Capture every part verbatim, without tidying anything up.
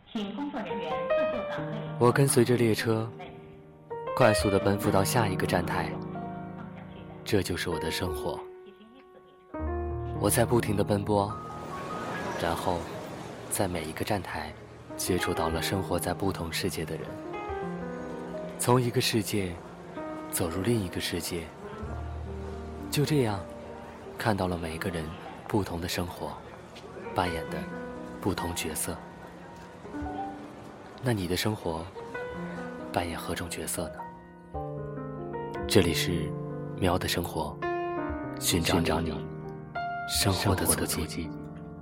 请工作人员自就岗位。 我跟随着列车快速地奔赴到下一个站台，这就是我的生活。我在不停地奔波，然后在每一个站台接触到了生活在不同世界的人，从一个世界走入另一个世界，就这样看到了每个人不同的生活，扮演的不同角色。那你的生活扮演何种角色呢？这里是喵的生活，寻找你生活的足迹。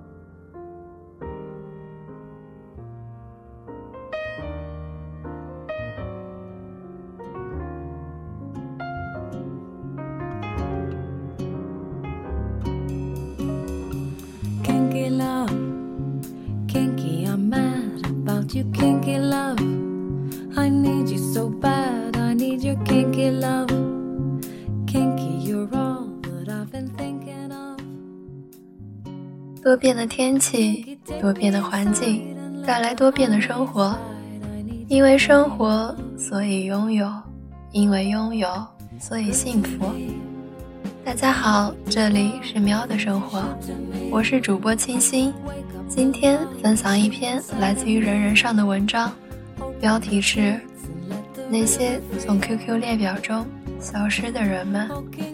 Kinky love, kinky, I'm mad about you, kinky love. I need you so bad, I need your kinky love. Kinky, you're all that I've been thinking of. 多变的天气，多变的环境，带来多变的生活。因为生活，所以拥有；因为拥有，所以幸福。大家好，这里是喵的生活，我是主播清新。今天分享一篇来自于人人上的文章，标题是那些从 Q Q 列表中消失的人们。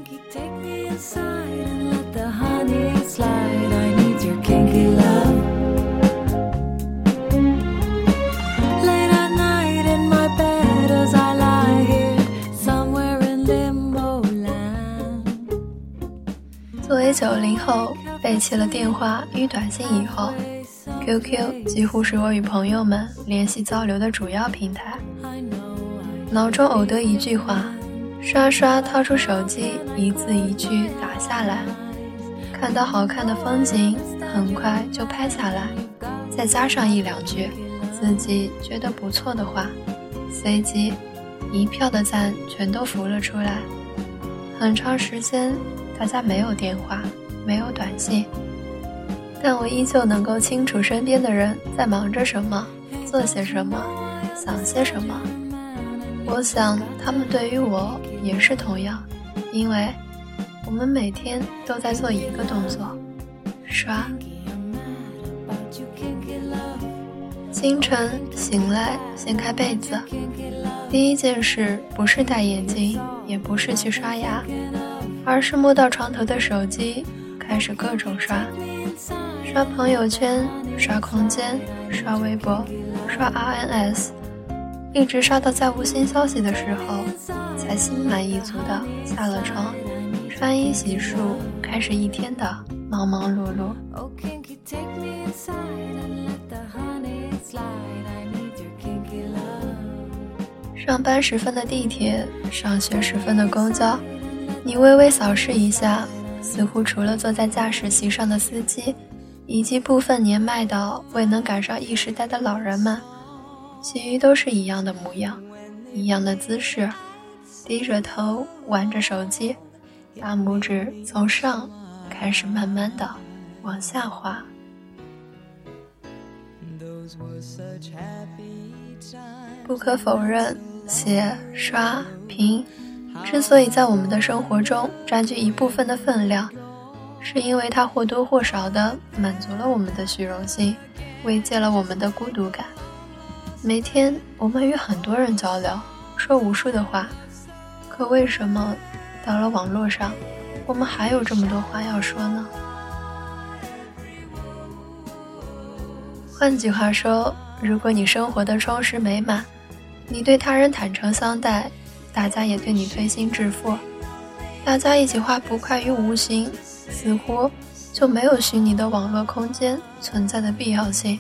作为九零后，背弃了电话与短信以后， Q Q 几乎是我与朋友们联系交流的主要平台。脑中偶得一句话，刷刷掏出手机，一字一句打下来，看到好看的风景很快就拍下来，再加上一两句自己觉得不错的话，随即一票的赞全都浮了出来。很长时间大家没有电话，没有短信，但我依旧能够清楚身边的人在忙着什么，做些什么，想些什么。我想他们对于我也是同样，因为我们每天都在做一个动作，刷。清晨醒来，掀开被子，第一件事不是戴眼镜，也不是去刷牙，而是摸到床头的手机，开始各种刷，刷朋友圈，刷空间，刷微博，刷 R N S， 一直刷到再无新消息的时候，才心满意足的下了床，穿衣洗漱，开始一天的忙忙碌碌。上班时分的地铁，上学时分的公交，你微微扫视一下，似乎除了坐在驾驶席上的司机，以及部分年迈到未能赶上 E 时代的老人们，其余都是一样的模样，一样的姿势，低着头玩着手机，大拇指从上开始慢慢的往下滑。不可否认，写、刷、屏之所以在我们的生活中占据一部分的分量，是因为它或多或少地满足了我们的虚荣心，慰藉了我们的孤独感。每天我们与很多人交流，说无数的话，可为什么到了网络上，我们还有这么多话要说呢？换句话说，如果你生活的充实美满，你对他人坦诚相待，大家也对你推心置腹，大家一起化不快于无形，似乎就没有虚拟的网络空间存在的必要性。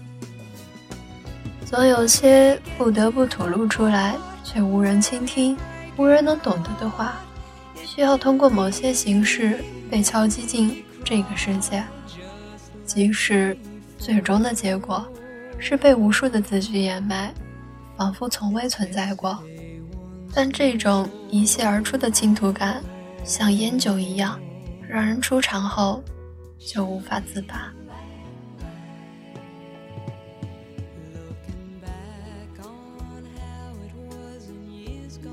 总有些不得不吐露出来，却无人倾听，无人能懂得的话，需要通过某些形式被敲击进这个世界，即使最终的结果是被无数的字句掩埋，仿佛从未存在过。但这种一泻而出的倾吐感，像烟酒一样，让人出场后就无法自拔。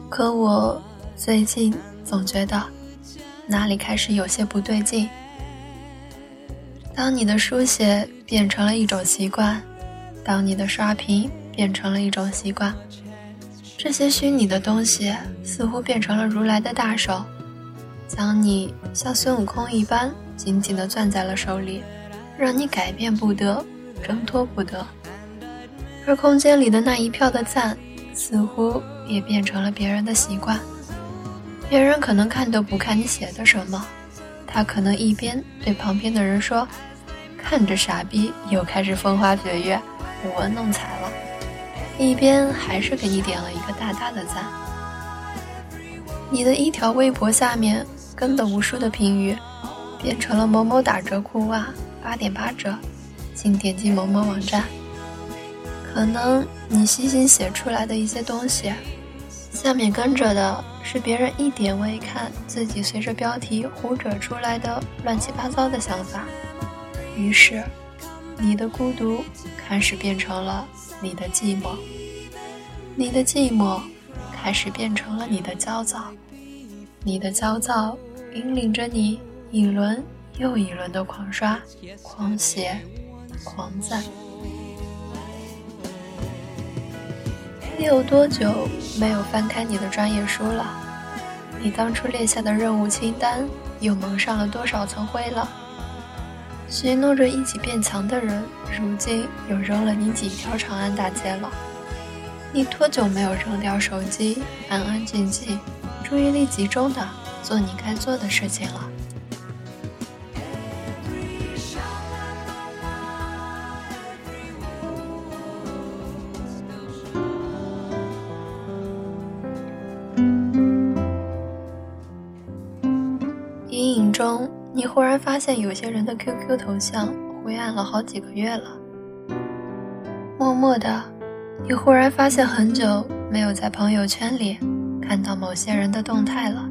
可我最近总觉得哪里开始有些不对劲。当你的书写变成了一种习惯，当你的刷屏变成了一种习惯，这些虚拟的东西似乎变成了如来的大手，将你像孙悟空一般紧紧地攥在了手里，让你改变不得，挣脱不得。而空间里的那一票的赞，似乎也变成了别人的习惯。别人可能看都不看你写的什么，他可能一边对旁边的人说，看着傻逼又开始风花雪月，我弄彩了，一边还是给你点了一个大大的赞。你的一条微博下面跟的无数的评语，变成了某某打折裤袜八点八折，请点击某某网站。可能你细心写出来的一些东西，下面跟着的是别人一点未看，自己随着标题胡扯出来的乱七八糟的想法。于是你的孤独开始变成了你的寂寞，你的寂寞开始变成了你的焦躁，你的焦躁引领着你一轮又一轮的狂刷、狂写、狂赞。你有多久没有翻开你的专业书了？你当初列下的任务清单又蒙上了多少层灰了？许诺着一起变强的人，如今又扔了你几条长安大街了。你多久没有扔掉手机，安安静静、注意力集中的做你该做的事情了？阴影中，你忽然发现有些人的 Q Q 头像灰暗了好几个月了。默默的，你忽然发现很久没有在朋友圈里看到某些人的动态了。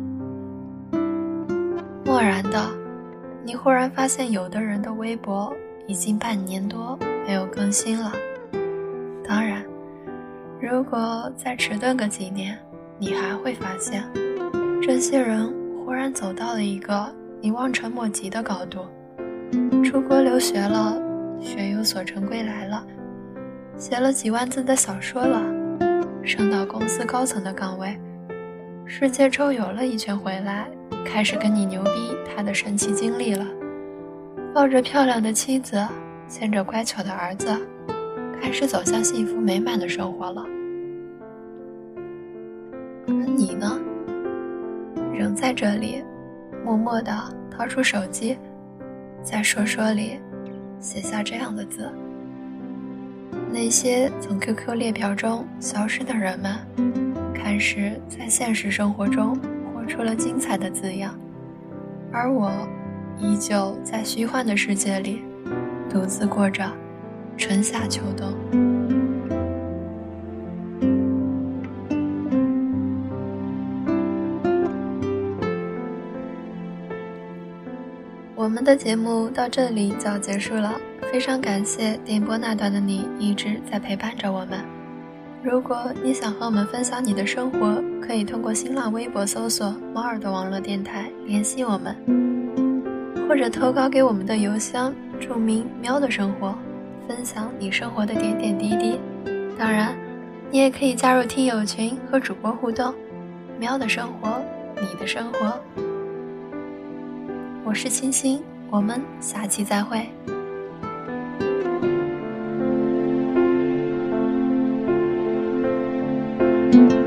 漠然的，你忽然发现有的人的微博已经半年多没有更新了。当然，如果再迟钝个几年，你还会发现，这些人忽然走到了一个你望尘莫及的高度，出国留学了，学有所成归来了，写了几万字的小说了，升到公司高层的岗位，世界周游了一圈回来，开始跟你牛逼他的神奇经历了，抱着漂亮的妻子，牵着乖巧的儿子，开始走向幸福美满的生活了。而你呢，仍在这里默默地掏出手机，在说说里写下这样的字。那些从 Q Q 列表中消失的人们，开始在现实生活中活出了精彩的字样，而我依旧在虚幻的世界里独自过着春夏秋冬。我们的节目到这里就要结束了，非常感谢电波那端的你一直在陪伴着我们。如果你想和我们分享你的生活，可以通过新浪微博搜索猫耳朵网络电台联系我们，或者投稿给我们的邮箱注明喵的生活，分享你生活的点点滴滴。当然你也可以加入听友群和主播互动。喵的生活，你的生活。我是清新，我们下期再会。 thank you